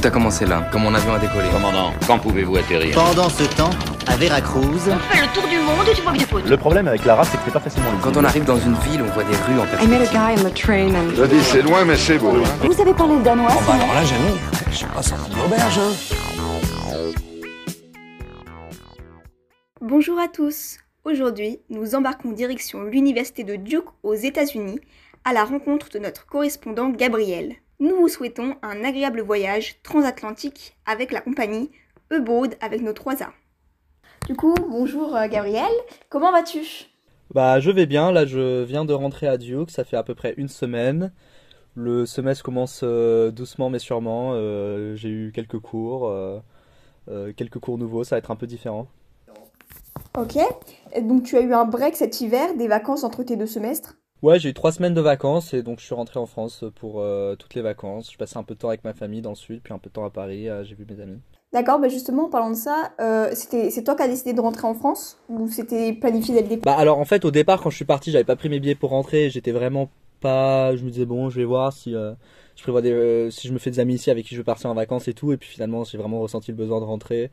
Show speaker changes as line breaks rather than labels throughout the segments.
Tout a commencé là, quand mon avion a décollé.
Commandant, quand pouvez-vous atterrir?
Pendant ce temps, à Veracruz...
On fait le tour du monde et tu vois bien potes.
Le problème avec la race, c'est que c'est pas facilement lisible.
Quand on arrive dans une ville, on voit des rues en
I met a
perspective.
guy on the train and...
Je dis, c'est loin, mais c'est beau. Hein.
Vous avez parlé le danois?
Alors là, jamais. Je suis pas sorti de l'auberge.
Bonjour à tous. Aujourd'hui, nous embarquons direction l'université de Duke aux États-Unis à la rencontre de notre correspondant Gabriel. Nous vous souhaitons un agréable voyage transatlantique avec la compagnie Ebaud avec nos 3A. Du coup, bonjour Gabriel, comment vas-tu?
Bah je vais bien, là je viens de rentrer à Duke, ça fait à peu près une semaine. Le semestre commence doucement mais sûrement, j'ai eu quelques cours nouveaux, ça va être un peu différent.
Ok, donc tu as eu un break cet hiver, des vacances entre tes deux semestres?
Ouais, j'ai eu 3 semaines de vacances et donc je suis rentré en France pour toutes les vacances. Je passais un peu de temps avec ma famille dans le sud, puis un peu de temps à Paris, j'ai vu mes amis.
D'accord, bah justement en parlant de ça, c'est toi qui as décidé de rentrer en France ou c'était planifié dès le départ?
Bah alors en fait au départ quand je suis parti, j'avais pas pris mes billets pour rentrer, j'étais vraiment pas... Je me disais bon je vais voir si je prévois si je me fais des amis ici avec qui je veux partir en vacances et tout, et puis finalement j'ai vraiment ressenti le besoin de rentrer.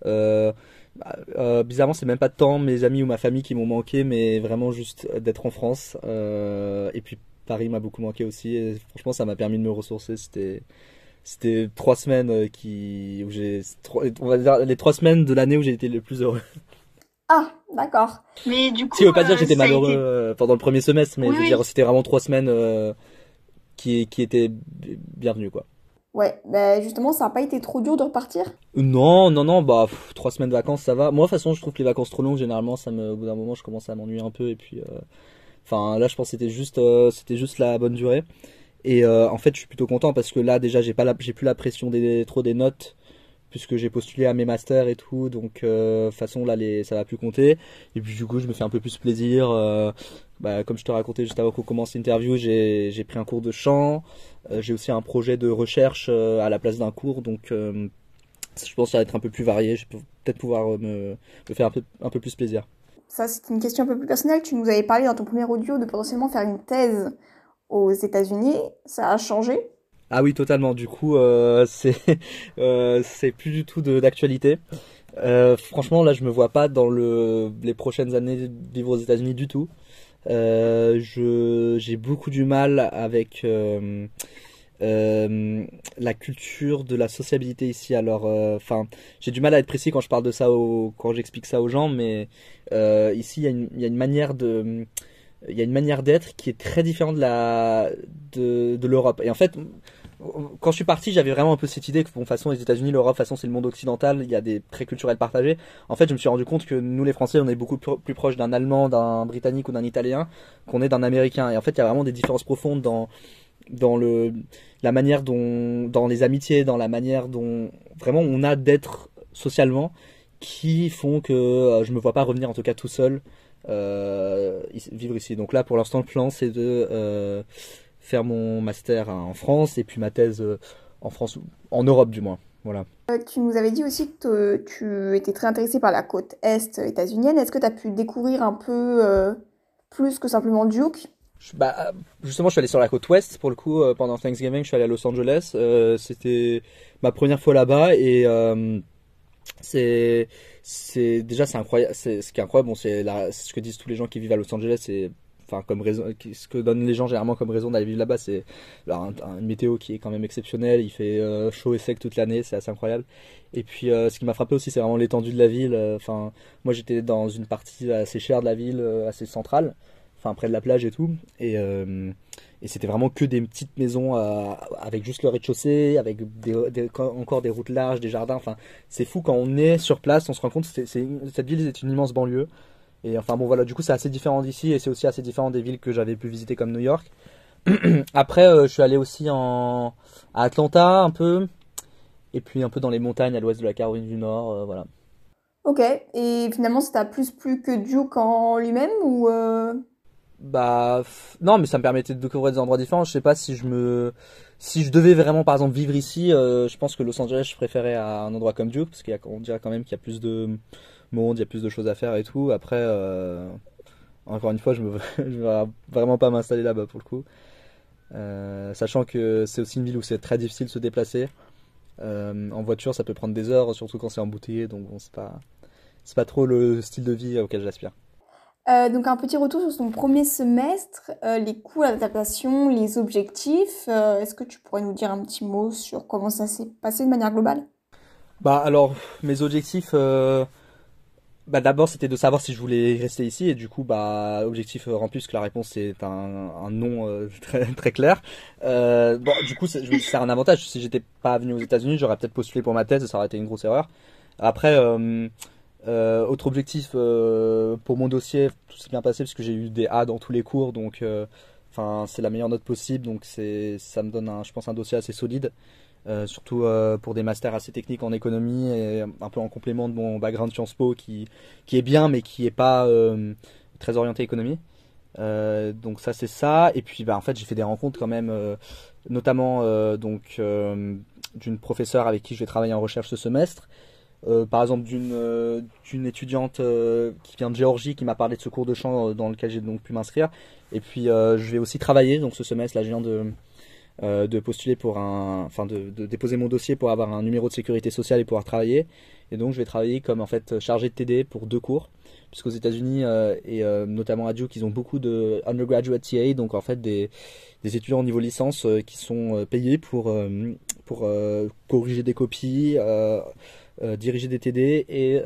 Bizarrement c'est même pas tant mes amis ou ma famille qui m'ont manqué, mais vraiment juste d'être en France, et puis Paris m'a beaucoup manqué aussi et franchement ça m'a permis de me ressourcer. C'était 3 semaines on va dire les 3 semaines de l'année où j'ai été le plus heureux.
Ah, d'accord.
Mais du coup,
Ce qui veut pas dire que j'étais malheureux pendant le premier semestre, mais
oui,
je veux dire c'était vraiment 3 semaines qui étaient bienvenues quoi.
Ouais, bah justement, ça n'a pas été trop dur de repartir?
Non, bah 3 semaines de vacances ça va. Moi de toute façon je trouve que les vacances trop longues généralement au bout d'un moment je commence à m'ennuyer un peu, et puis là je pense que c'était juste la bonne durée. Et en fait je suis plutôt content parce que là déjà j'ai plus la pression trop des notes, puisque j'ai postulé à mes masters et tout, donc de toute façon là ça va plus compter. Et puis du coup je me fais un peu plus plaisir. Comme je te racontais juste avant qu'on commence l'interview, j'ai pris un cours de chant, j'ai aussi un projet de recherche à la place d'un cours, donc je pense que ça va être un peu plus varié, je vais peut-être pouvoir me faire un peu plus plaisir.
Ça c'est une question un peu plus personnelle, tu nous avais parlé dans ton premier audio de potentiellement faire une thèse aux États-Unis, ça a changé?
Ah oui, totalement. Du coup, c'est plus du tout d'actualité. Franchement, là, je me vois pas dans les prochaines années vivre aux États-Unis du tout. J'ai beaucoup du mal avec la culture de la sociabilité ici. Alors, j'ai du mal à être précis quand je parle de ça quand j'explique ça aux gens, mais ici, il y a une manière d'être qui est très différente de l'Europe. Et en fait, quand je suis parti, j'avais vraiment un peu cette idée que, bon, de toute façon, les États-Unis, l'Europe, de toute façon, c'est le monde occidental, il y a des traits culturels partagés. En fait, je me suis rendu compte que nous, les Français, on est beaucoup plus proches d'un Allemand, d'un Britannique ou d'un Italien qu'on est d'un Américain. Et en fait, il y a vraiment des différences profondes dans la manière dans les amitiés, dans la manière dont vraiment on a d'être socialement, qui font que je me vois pas revenir, en tout cas tout seul, vivre ici. Donc là, pour l'instant, le plan, c'est de faire mon master en France et puis ma thèse en France, en Europe du moins. Voilà.
Tu nous avais dit aussi que tu étais très intéressé par la côte est états-unienne. Est-ce que tu as pu découvrir un peu plus que simplement Duke?
Justement, je suis allé sur la côte ouest pour le coup pendant Thanksgiving. Je suis allé à Los Angeles. C'était ma première fois là-bas et c'est incroyable. Ce qui est incroyable, bon, c'est ce que disent tous les gens qui vivent à Los Angeles. C'est comme raison, ce que donnent les gens généralement comme raison d'aller vivre là-bas, c'est une météo qui est quand même exceptionnelle. Il fait chaud et sec toute l'année, c'est assez incroyable. Et puis ce qui m'a frappé aussi, c'est vraiment l'étendue de la ville. Moi j'étais dans une partie assez chère de la ville, assez centrale, près de la plage et tout, et c'était vraiment que des petites maisons avec juste le rez-de-chaussée, avec encore des routes larges, des jardins. C'est fou, quand on est sur place, on se rend compte que cette ville est une immense banlieue. Et voilà, du coup c'est assez différent d'ici, et c'est aussi assez différent des villes que j'avais pu visiter comme New York. Après je suis allé aussi à Atlanta un peu, et puis un peu dans les montagnes à l'ouest de la Caroline du Nord, voilà.
Ok, et finalement ça t'a plus plu que Duke en lui-même ou
non, mais ça me permettait de découvrir des endroits différents. Je sais pas si je devais vraiment par exemple vivre ici, je pense que Los Angeles je préférais à un endroit comme Duke, parce qu'on dirait quand même qu'il y a plus de monde, il y a plus de choses à faire et tout. Après encore une fois je me vais vraiment pas m'installer là-bas pour le coup, sachant que c'est aussi une ville où c'est très difficile de se déplacer. En voiture, ça peut prendre des heures, surtout quand c'est embouteillé, donc bon, c'est pas trop le style de vie auquel j'aspire.
Donc un petit retour sur ton premier semestre, les cours d'adaptation, les objectifs. Est-ce que tu pourrais nous dire un petit mot sur comment ça s'est passé de manière globale?
Bah alors, mes objectifs, bah d'abord c'était de savoir si je voulais rester ici et du coup bah objectif rempli puisque la réponse c'est un non très très clair. Bon du coup c'est un avantage. Si j'étais pas venu aux États-Unis, j'aurais peut-être postulé pour ma thèse et ça aurait été une grosse erreur. Après autre objectif pour mon dossier, tout s'est bien passé parce que j'ai eu des A dans tous les cours donc enfin c'est la meilleure note possible donc ça me donne je pense un dossier assez solide. Surtout pour des masters assez techniques en économie et un peu en complément de mon background Sciences Po qui est bien mais qui est pas très orienté économie. Donc ça c'est ça et puis bah en fait j'ai fait des rencontres quand même notamment d'une professeure avec qui je vais travailler en recherche ce semestre. Par exemple d'une étudiante qui vient de Géorgie qui m'a parlé de ce cours de chant dans lequel j'ai donc pu m'inscrire et puis je vais aussi travailler donc ce semestre là je viens de postuler pour de déposer mon dossier pour avoir un numéro de sécurité sociale et pouvoir travailler. Et donc je vais travailler comme en fait chargé de TD pour 2 cours, puisqu'aux États-Unis et notamment à Duke, ils ont beaucoup de undergraduate TA, donc en fait des étudiants au niveau licence qui sont payés pour corriger des copies, diriger des TD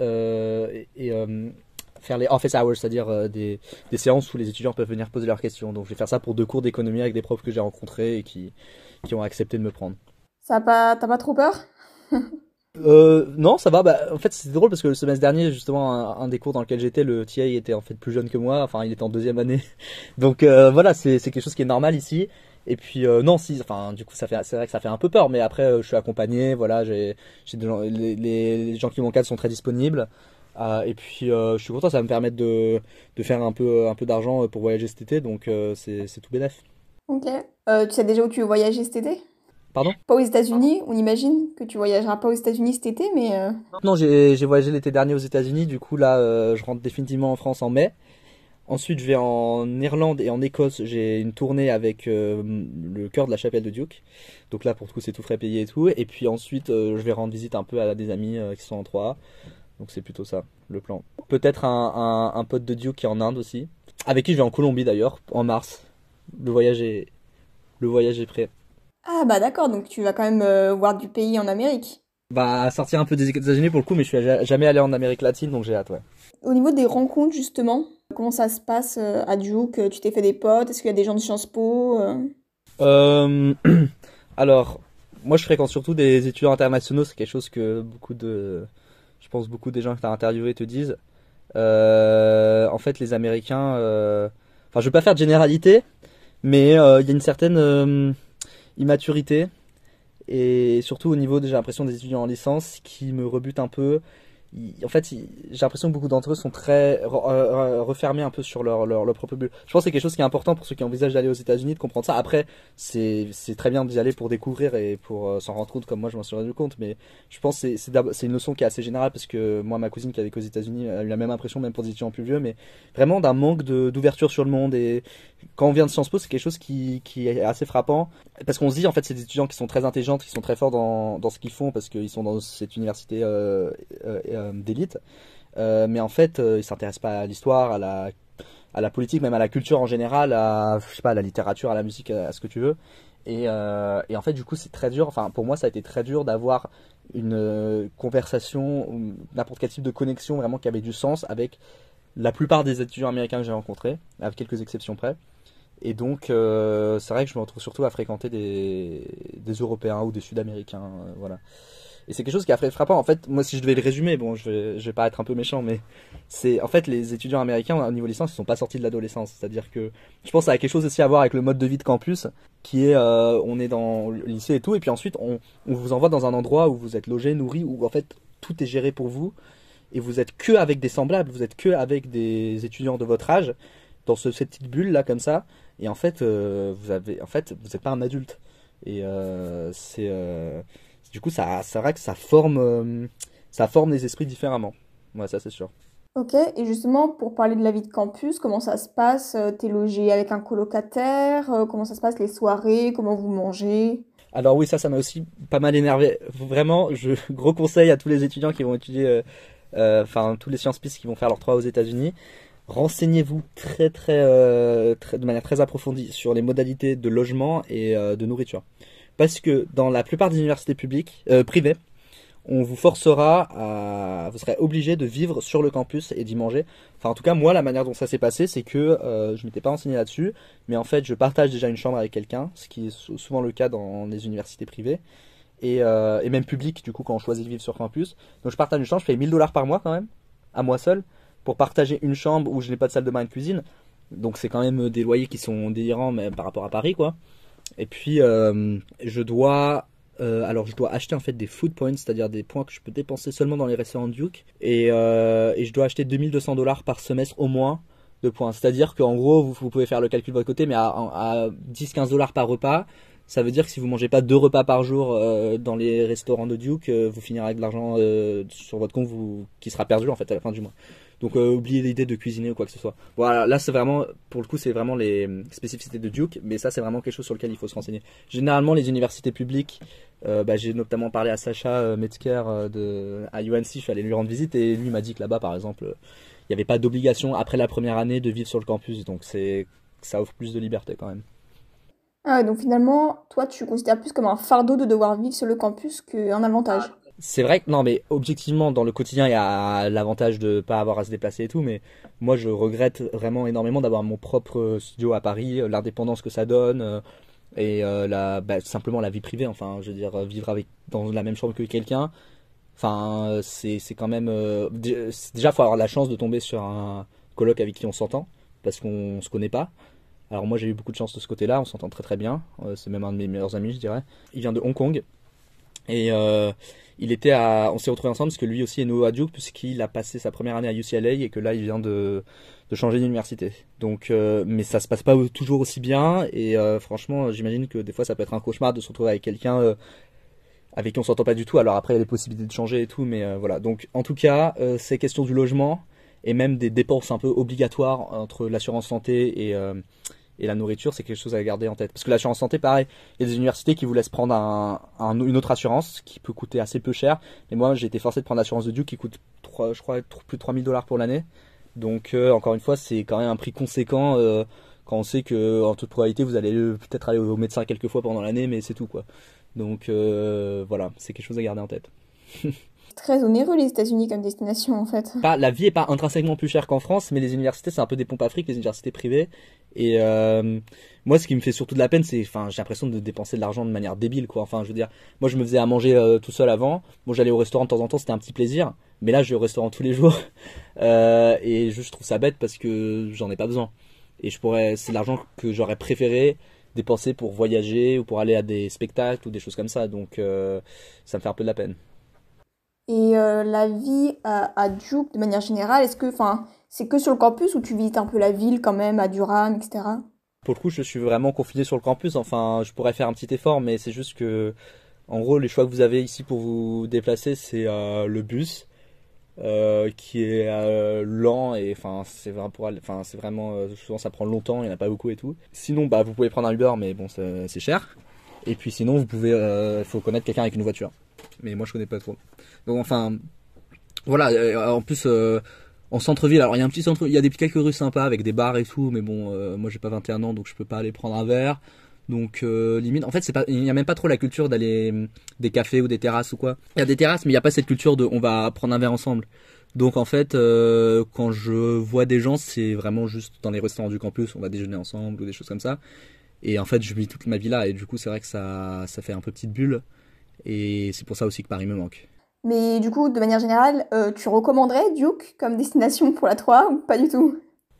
et faire les office hours, c'est-à-dire des séances où les étudiants peuvent venir poser leurs questions. Donc je vais faire ça pour 2 cours d'économie avec des profs que j'ai rencontrés et qui ont accepté de me prendre.
T'as pas trop peur?
Non, ça va. Bah, en fait, c'était drôle parce que le semestre dernier, justement, un des cours dans lequel j'étais, le TA était en fait plus jeune que moi. Enfin, il était en 2e année. Donc voilà, c'est quelque chose qui est normal ici. Et puis non, si, enfin, du coup, c'est vrai que ça fait un peu peur. Mais après, je suis accompagné. Voilà, j'ai des gens, les gens qui m'encadrent sont très disponibles. Et puis je suis content, ça va me permettre de faire un peu d'argent pour voyager cet été, donc c'est tout bénef.
Ok. Tu sais déjà où tu veux voyager cet été?
Pardon?
Pas aux États-Unis, on imagine que tu voyageras pas aux États-Unis cet été, mais...
Non, j'ai voyagé l'été dernier aux États-Unis, du coup là je rentre définitivement en France en mai. Ensuite je vais en Irlande et en Écosse, j'ai une tournée avec le chœur de la chapelle de Duke. Donc là pour le coup c'est tout frais payé et tout. Et puis ensuite je vais rendre visite un peu à des amis qui sont en 3A. Donc c'est plutôt ça, le plan. Peut-être un pote de Duke qui est en Inde aussi. Avec qui je vais en Colombie d'ailleurs, en mars. Le voyage est prêt.
Ah bah d'accord, donc tu vas quand même voir du pays en Amérique.
Bah sortir un peu des États-Unis pour le coup, mais je suis jamais allé en Amérique latine, donc j'ai hâte, ouais.
Au niveau des rencontres justement, comment ça se passe à Duke? Tu t'es fait des potes? Est-ce qu'il y a des gens de Sciences Po?
Alors, moi je fréquente surtout des étudiants internationaux, c'est quelque chose que je pense beaucoup des gens que tu as interviewés te disent. En fait, les Américains, enfin, je veux pas faire de généralité, mais il y a une certaine immaturité et surtout au niveau, j'ai l'impression des étudiants en licence qui me rebutent un peu. En fait, j'ai l'impression que beaucoup d'entre eux sont très refermés un peu sur leur propre bulle. Je pense que c'est quelque chose qui est important pour ceux qui envisagent d'aller aux États-Unis de comprendre ça. Après, c'est très bien d'y aller pour découvrir et pour s'en rendre compte, comme moi je m'en suis rendu compte. Mais je pense que c'est une notion qui est assez générale parce que moi, ma cousine qui a vécu aux États-Unis a eu la même impression, même pour des étudiants plus vieux, mais vraiment d'un manque d'ouverture sur le monde. Et quand on vient de Sciences Po, c'est quelque chose qui est assez frappant parce qu'on se dit en fait c'est des étudiants qui sont très intelligents, qui sont très forts dans ce qu'ils font parce qu'ils sont dans cette université d'élite, mais en fait ils s'intéressent pas à l'histoire, à la politique, même à la culture en général, je sais pas, à la littérature, à la musique, à ce que tu veux. Et en fait du coup c'est très dur, enfin pour moi ça a été très dur d'avoir une conversation ou n'importe quel type de connexion vraiment qui avait du sens avec la plupart des étudiants américains que j'ai rencontrés, avec quelques exceptions près. Et donc c'est vrai que je me retrouve surtout à fréquenter des Européens ou des Sud-Américains, voilà. Et c'est quelque chose qui a fait frappant. En fait, moi, si je devais le résumer, bon, je vais pas être un peu méchant, mais c'est en fait les étudiants américains au niveau licence, ils sont pas sortis de l'adolescence. C'est-à-dire que je pense que ça a quelque chose aussi à voir avec le mode de vie de campus, qui est on est dans le lycée et tout, et puis ensuite on vous envoie dans un endroit où vous êtes logé, nourri, où en fait tout est géré pour vous, et vous êtes que avec des semblables, vous êtes que avec des étudiants de votre âge, dans cette petite bulle là comme ça, et en fait vous êtes pas un adulte, et du coup, c'est vrai que ça forme les esprits différemment. Ouais, ça c'est sûr.
Ok, et justement, pour parler de la vie de campus, comment ça se passe? T'es logé avec un colocataire? Comment ça se passe les soirées? Comment vous mangez?
Alors oui, ça m'a aussi pas mal énervé. Vraiment, gros conseil à tous les étudiants qui vont étudier, tous les sciences PIS qui vont faire leur 3 aux États-Unis. Renseignez-vous de manière très approfondie sur les modalités de logement et de nourriture. Parce que dans la plupart des universités privées, on vous forcera vous serez obligé de vivre sur le campus et d'y manger. Enfin, en tout cas, moi, la manière dont ça s'est passé, c'est que je m'étais pas renseigné là-dessus, mais en fait, je partage déjà une chambre avec quelqu'un, ce qui est souvent le cas dans les universités privées et même publiques, du coup, quand on choisit de vivre sur campus. Donc, je partage une chambre, je paye $1000 par mois quand même, à moi seul, pour partager une chambre où je n'ai pas de salle de bain et de cuisine. Donc, c'est quand même des loyers qui sont délirants, mais par rapport à Paris, quoi. Et puis, je dois acheter en fait des food points, c'est-à-dire des points que je peux dépenser seulement dans les restaurants Duke. Et je dois acheter $2200 par semestre au moins de points. C'est-à-dire qu'en gros, vous pouvez faire le calcul de votre côté, mais à 10-15$ par repas, ça veut dire que si vous mangez pas 2 repas par jour dans les restaurants de Duke, vous finirez avec de l'argent sur votre compte qui sera perdu en fait à la fin du mois. Donc oubliez l'idée de cuisiner ou quoi que ce soit. Voilà, là c'est vraiment, pour le coup c'est vraiment les spécificités de Duke, mais ça c'est vraiment quelque chose sur lequel il faut se renseigner. Généralement les universités publiques, j'ai notamment parlé à Sacha Metzger à UNC, je suis allé lui rendre visite et lui m'a dit que là-bas par exemple, il n'y avait pas d'obligation après la première année de vivre sur le campus, donc ça offre plus de liberté quand même.
Ah ouais, donc finalement, toi tu considères plus comme un fardeau de devoir vivre sur le campus qu'un avantage.
C'est vrai que non, mais objectivement dans le quotidien il y a l'avantage de pas avoir à se déplacer et tout, mais moi je regrette vraiment énormément d'avoir mon propre studio à Paris, l'indépendance que ça donne et simplement la vie privée. Enfin, je veux dire vivre dans la même chambre que quelqu'un. Enfin, c'est quand même déjà faut avoir la chance de tomber sur un coloc avec qui on s'entend parce qu'on se connaît pas. Alors moi j'ai eu beaucoup de chance de ce côté-là, on s'entend très très bien. C'est même un de mes meilleurs amis, je dirais. Il vient de Hong Kong et on s'est retrouvés ensemble parce que lui aussi est nouveau à Duke puisqu'il a passé sa première année à UCLA et que là il vient de changer d'université. Donc, mais ça se passe pas toujours aussi bien et franchement j'imagine que des fois ça peut être un cauchemar de se retrouver avec quelqu'un avec qui on s'entend pas du tout. Alors après il y a des possibilités de changer et tout, mais voilà. Donc en tout cas c'est question du logement et même des dépenses un peu obligatoires entre l'assurance santé et la nourriture, c'est quelque chose à garder en tête. Parce que l'assurance santé, pareil, il y a des universités qui vous laissent prendre une autre assurance qui peut coûter assez peu cher. Et moi, j'ai été forcé de prendre l'assurance de Duke qui coûte, je crois, plus de $3000 pour l'année. Donc, encore une fois, c'est quand même un prix conséquent quand on sait qu'en toute probabilité, vous allez peut-être aller au médecin quelques fois pendant l'année, mais c'est tout, quoi. Donc, voilà, c'est quelque chose à garder en tête.
Très onéreux les États-Unis comme destination en fait.
La vie est pas intrinsèquement plus chère qu'en France, mais les universités c'est un peu des pompes à fric, les universités privées. Et moi ce qui me fait surtout de la peine, c'est, j'ai l'impression de dépenser de l'argent de manière débile quoi. Enfin je veux dire, moi je me faisais à manger tout seul avant. Bon j'allais au restaurant de temps en temps, c'était un petit plaisir, mais là je vais au restaurant tous les jours et je trouve ça bête parce que j'en ai pas besoin. Et c'est de l'argent que j'aurais préféré dépenser pour voyager ou pour aller à des spectacles ou des choses comme ça. Donc ça me fait un peu de la peine.
Et la vie à Duke, de manière générale, c'est que sur le campus ou tu visites un peu la ville quand même, à Durham, etc.
Pour le coup, je suis vraiment confiné sur le campus. Enfin, je pourrais faire un petit effort, mais c'est juste que, en gros, les choix que vous avez ici pour vous déplacer, c'est le bus, qui est lent et c'est vraiment souvent ça prend longtemps, il n'y en a pas beaucoup et tout. Sinon, vous pouvez prendre un Uber, mais bon, c'est cher. Et puis sinon, vous pouvez, faut connaître quelqu'un avec une voiture. Mais moi, je connais pas trop. Donc enfin, voilà. En plus, en centre-ville, alors il y a un petit centre, il y a quelques rues sympas avec des bars et tout, mais bon, moi j'ai pas 21 ans, donc je peux pas aller prendre un verre. Donc limite, en fait, il y a même pas trop la culture d'aller des cafés ou des terrasses ou quoi. Il y a des terrasses, mais il y a pas cette culture de on va prendre un verre ensemble. Donc en fait, quand je vois des gens, c'est vraiment juste dans les restaurants du campus, on va déjeuner ensemble ou des choses comme ça. Et en fait, je vis toute ma vie là, et du coup, c'est vrai que ça fait un peu petite bulle. Et c'est pour ça aussi que Paris me manque.
Mais du coup, de manière générale, tu recommanderais Duke comme destination pour la 3 ou pas du tout?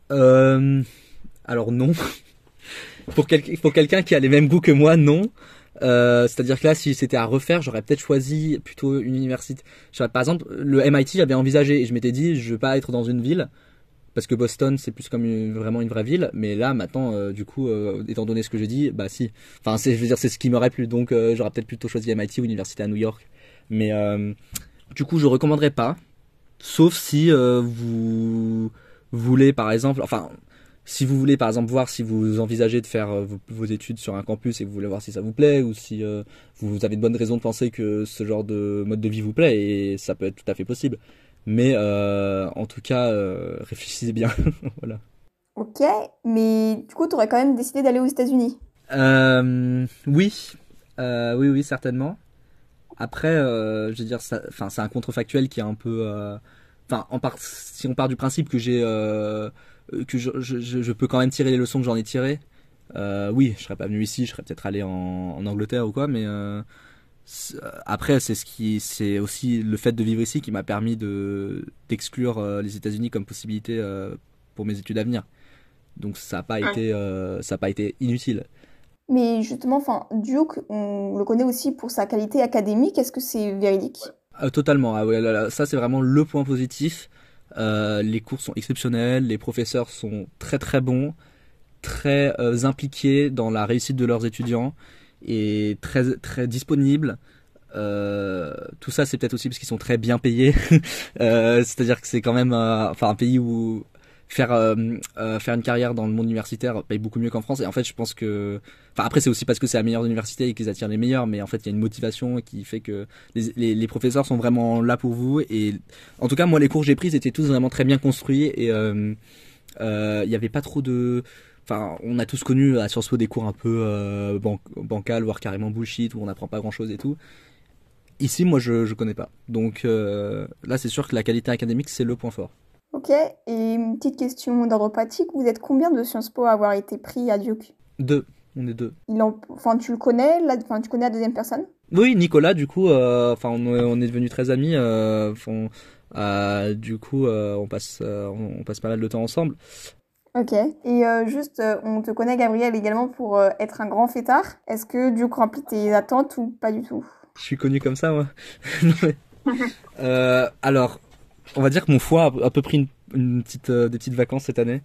Alors non. Pour quelqu'un qui a les mêmes goûts que moi, non. C'est-à-dire que là, si c'était à refaire, j'aurais peut-être choisi plutôt une université. Par exemple, le MIT, j'avais envisagé et je m'étais dit, je veux pas être dans une ville. Parce que Boston, c'est plus comme vraiment une vraie ville. Mais là, maintenant, du coup, étant donné ce que j'ai dit, si. Enfin, je veux dire, c'est ce qui m'aurait plu. Donc, j'aurais peut-être plutôt choisi MIT ou université à New York. Mais du coup, je recommanderais pas. Sauf si vous voulez, par exemple... Enfin, si vous voulez par exemple voir si vous envisagez de faire vos études sur un campus et que vous voulez voir si ça vous plaît ou si vous avez de bonnes raisons de penser que ce genre de mode de vie vous plaît, et ça peut être tout à fait possible. Mais en tout cas, réfléchissez bien. Voilà.
Ok, mais du coup, t'aurais quand même décidé d'aller aux États-Unis.
Oui, oui, certainement. Après, je veux dire, c'est un contrefactuel qui est un peu, si on part du principe que que je peux quand même tirer les leçons que j'en ai tirées. Oui, je serais pas venu ici, je serais peut-être allé en Angleterre ou quoi, mais après, c'est aussi le fait de vivre ici qui m'a permis d'exclure les États-Unis comme possibilité pour mes études à venir. Donc ça n'a pas été inutile.
Mais justement, Duke, on le connaît aussi pour sa qualité académique. Est-ce que c'est véridique?
Totalement. Ah ouais, là, ça c'est vraiment le point positif. Les cours sont exceptionnels, les professeurs sont très très bons, très impliqués dans la réussite de leurs étudiants et très très disponibles. Tout ça c'est peut-être aussi parce qu'ils sont très bien payés. C'est-à-dire que c'est quand même un pays où faire une carrière dans le monde universitaire paye beaucoup mieux qu'en France, et en fait je pense que après c'est aussi parce que c'est la meilleure université et qu'ils attirent les meilleurs, mais en fait il y a une motivation qui fait que les professeurs sont vraiment là pour vous, et en tout cas moi les cours que j'ai pris étaient tous vraiment très bien construits, et il y avait pas trop de on a tous connu à Sciences Po des cours un peu bancal, voire carrément bullshit, où on n'apprend pas grand chose et tout. Ici moi je connais pas, donc là c'est sûr que la qualité académique c'est le point fort.
Ok, et une petite question d'ordre pratique, vous êtes combien de Sciences Po à avoir été pris à Duke?
2, on est 2.
Tu le connais, tu connais la deuxième personne?
Oui, Nicolas, du coup, on est devenus très amis, du coup, on passe pas mal de temps ensemble.
Ok, et on te connaît Gabriel également pour être un grand fêtard. Est-ce que Duke remplit tes attentes ou pas du tout?
Je suis connu comme ça, moi. Alors, on va dire que mon foie a un peu pris des petites vacances cette année.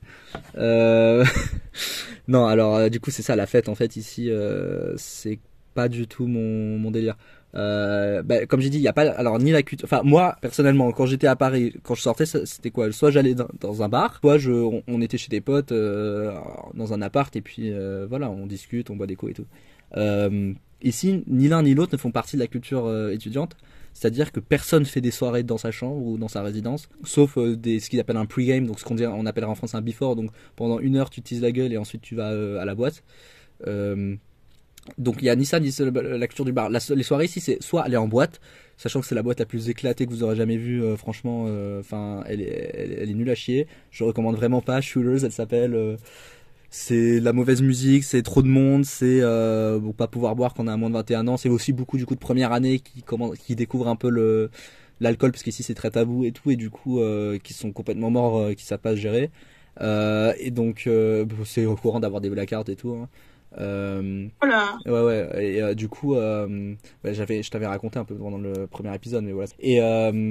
Non, alors du coup c'est ça la fête en fait ici, c'est pas du tout mon délire. Comme j'ai dit, il y a pas alors ni la culture. Enfin moi personnellement quand j'étais à Paris, quand je sortais, c'était quoi? Soit j'allais dans un bar, soit on était chez des potes dans un appart, et puis voilà, on discute, on boit des coups et tout. Ici, ni l'un ni l'autre ne font partie de la culture étudiante. C'est-à-dire que personne fait des soirées dans sa chambre ou dans sa résidence, sauf ce qu'ils appellent un pre-game, donc on appellera en France un before, donc pendant 1 heure tu te tises la gueule et ensuite tu vas à la boîte. Donc il y a ni ça ni la culture du bar. Les soirées ici c'est soit aller en boîte, sachant que c'est la boîte la plus éclatée que vous aurez jamais vue, franchement, elle est nulle à chier. Je recommande vraiment pas. Shooters elle s'appelle. C'est la mauvaise musique, c'est trop de monde, c'est pas pouvoir boire quand on a moins de 21 ans. C'est aussi beaucoup du coup de première année qui découvrent un peu l'alcool, parce qu'ici c'est très tabou et tout, et du coup qui sont complètement morts, qui savent pas se gérer. Et donc c'est au courant d'avoir des blackouts et tout.
Voilà.
Ouais. Et du coup, je t'avais raconté un peu pendant le premier épisode, mais voilà. Et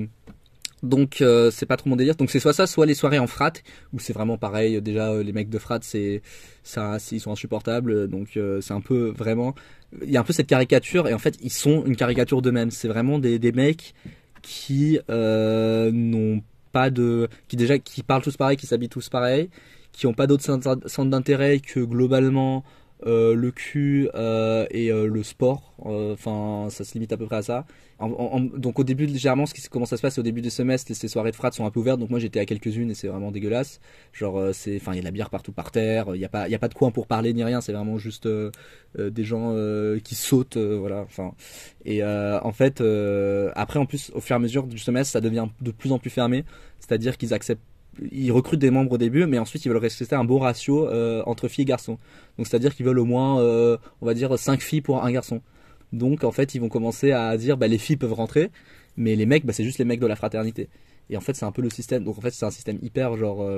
donc c'est pas trop mon délire. Donc c'est soit ça, soit les soirées en frat, où c'est vraiment pareil. Déjà les mecs de frat, ils sont insupportables. Donc c'est un peu vraiment, il y a un peu cette caricature, et en fait ils sont une caricature d'eux-mêmes. C'est vraiment des mecs qui n'ont pas qui parlent tous pareil, qui s'habillent tous pareil, qui ont pas d'autres centres d'intérêt que globalement le cul et le sport. Ça se limite à peu près à ça. Donc au début, légèrement, comment ça se passe, c'est au début du semestre, ces soirées de frat sont un peu ouvertes, donc moi j'étais à quelques-unes et c'est vraiment dégueulasse. Genre il y a de la bière partout par terre, il y a pas de coin pour parler ni rien, c'est vraiment juste des gens qui sautent, voilà. Et en fait après, en plus, au fur et à mesure du semestre, ça devient de plus en plus fermé, c'est-à-dire ils recrutent des membres au début, mais ensuite ils veulent respecter un bon ratio entre filles et garçons. Donc c'est-à-dire qu'ils veulent au moins on va dire 5 filles pour un garçon. Donc en fait ils vont commencer à dire les filles peuvent rentrer, mais les mecs c'est juste les mecs de la fraternité. Et en fait c'est un peu le système. Donc en fait c'est un système hyper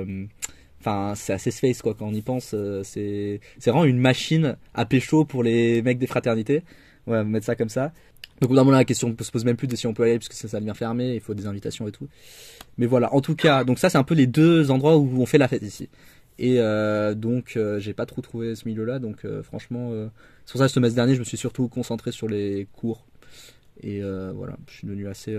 c'est assez space quoi, quand on y pense. C'est vraiment une machine à pécho pour les mecs des fraternités. Ouais, on va mettre ça comme ça. Donc au bout d'un moment la question se pose même plus de si on peut aller, puisque ça devient fermé, il faut des invitations et tout. Mais voilà, en tout cas, donc ça c'est un peu les deux endroits où on fait la fête ici. Et donc j'ai pas trop trouvé ce milieu-là, donc franchement, c'est pour ça que ce semestre dernier je me suis surtout concentré sur les cours. Et voilà, je suis devenu assez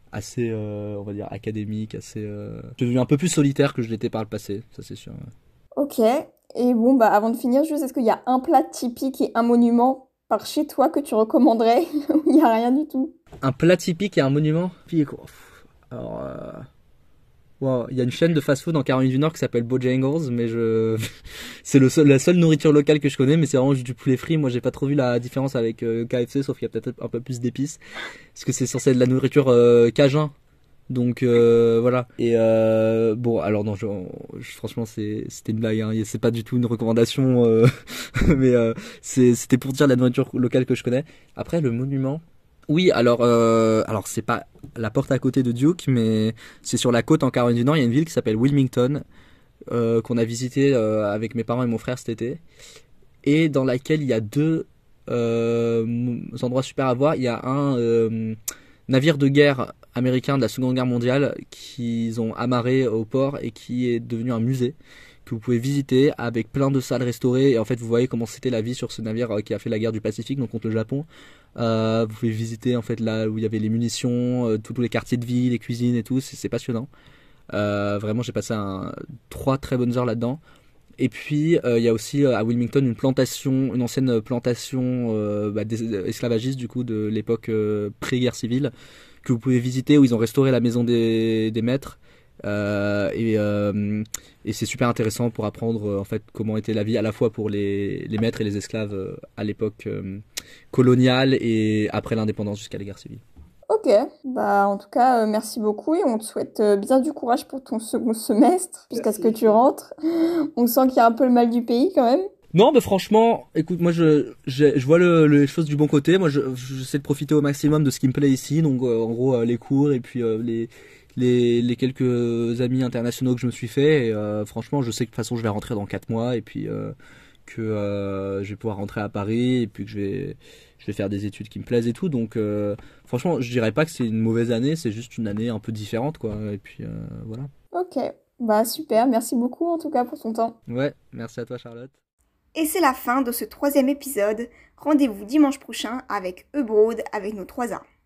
on va dire académique, je suis devenu un peu plus solitaire que je l'étais par le passé, ça c'est sûr.
Ok. Et bon, bah avant de finir, juste, est-ce qu'il y a un plat typique et un monument par chez toi que tu recommanderais ou il n'y a rien du tout?
Un plat typique et un monument? Puis, quoi. Alors, wow, il y a une chaîne de fast-food en Caroline du Nord qui s'appelle Bojangles, mais c'est la seule nourriture locale que je connais, mais c'est vraiment juste du poulet frit. Moi, j'ai pas trop vu la différence avec KFC, sauf qu'il y a peut-être un peu plus d'épices, parce que c'est censé être de la nourriture cajun. Donc voilà. Et bon, alors non, franchement, c'était une blague. Hein. C'est pas du tout une recommandation, mais c'était pour dire la nourriture locale que je connais. Après, le monument. Oui, alors c'est pas la porte à côté de Duke, mais c'est sur la côte en Caroline du Nord. Il y a une ville qui s'appelle Wilmington qu'on a visité avec mes parents et mon frère cet été, et dans laquelle il y a deux endroits super à voir. Il y a un navire de guerre américain de la Seconde Guerre mondiale qu'ils ont amarré au port et qui est devenu un musée que vous pouvez visiter avec plein de salles restaurées. Et en fait, vous voyez comment c'était la vie sur ce navire qui a fait la guerre du Pacifique, donc contre le Japon. Vous pouvez visiter en fait là où il y avait les munitions, tous les quartiers de vie, les cuisines et tout. C'est passionnant. Vraiment, j'ai passé 3 très bonnes heures là-dedans. Et puis il y a aussi à Wilmington une ancienne plantation esclavagiste du coup de l'époque pré-guerre civile que vous pouvez visiter, où ils ont restauré la maison des maîtres. Et c'est super intéressant pour apprendre en fait comment était la vie à la fois pour les maîtres et les esclaves à l'époque coloniale et après l'indépendance jusqu'à la guerre civile.
Ok, bah en tout cas, merci beaucoup et on te souhaite bien du courage pour ton second semestre, jusqu'à ce que tu rentres. On sent qu'il y a un peu le mal du pays quand même.
Non, mais franchement, écoute, moi je vois les choses du bon côté. Moi, j'essaie de profiter au maximum de ce qui me plaît ici. Donc, en gros, les cours et puis les quelques amis internationaux que je me suis fait. Et, franchement, je sais que de toute façon, je vais rentrer dans 4 mois et puis que je vais pouvoir rentrer à Paris et puis que je vais faire des études qui me plaisent et tout. Donc, franchement, je dirais pas que c'est une mauvaise année. C'est juste une année un peu différente, quoi. Et puis voilà.
Ok, bah super, merci beaucoup en tout cas pour ton temps.
Ouais, merci à toi, Charlotte.
Et c'est la fin de ce 3e épisode. Rendez-vous dimanche prochain avec Ebrode avec nos 3A.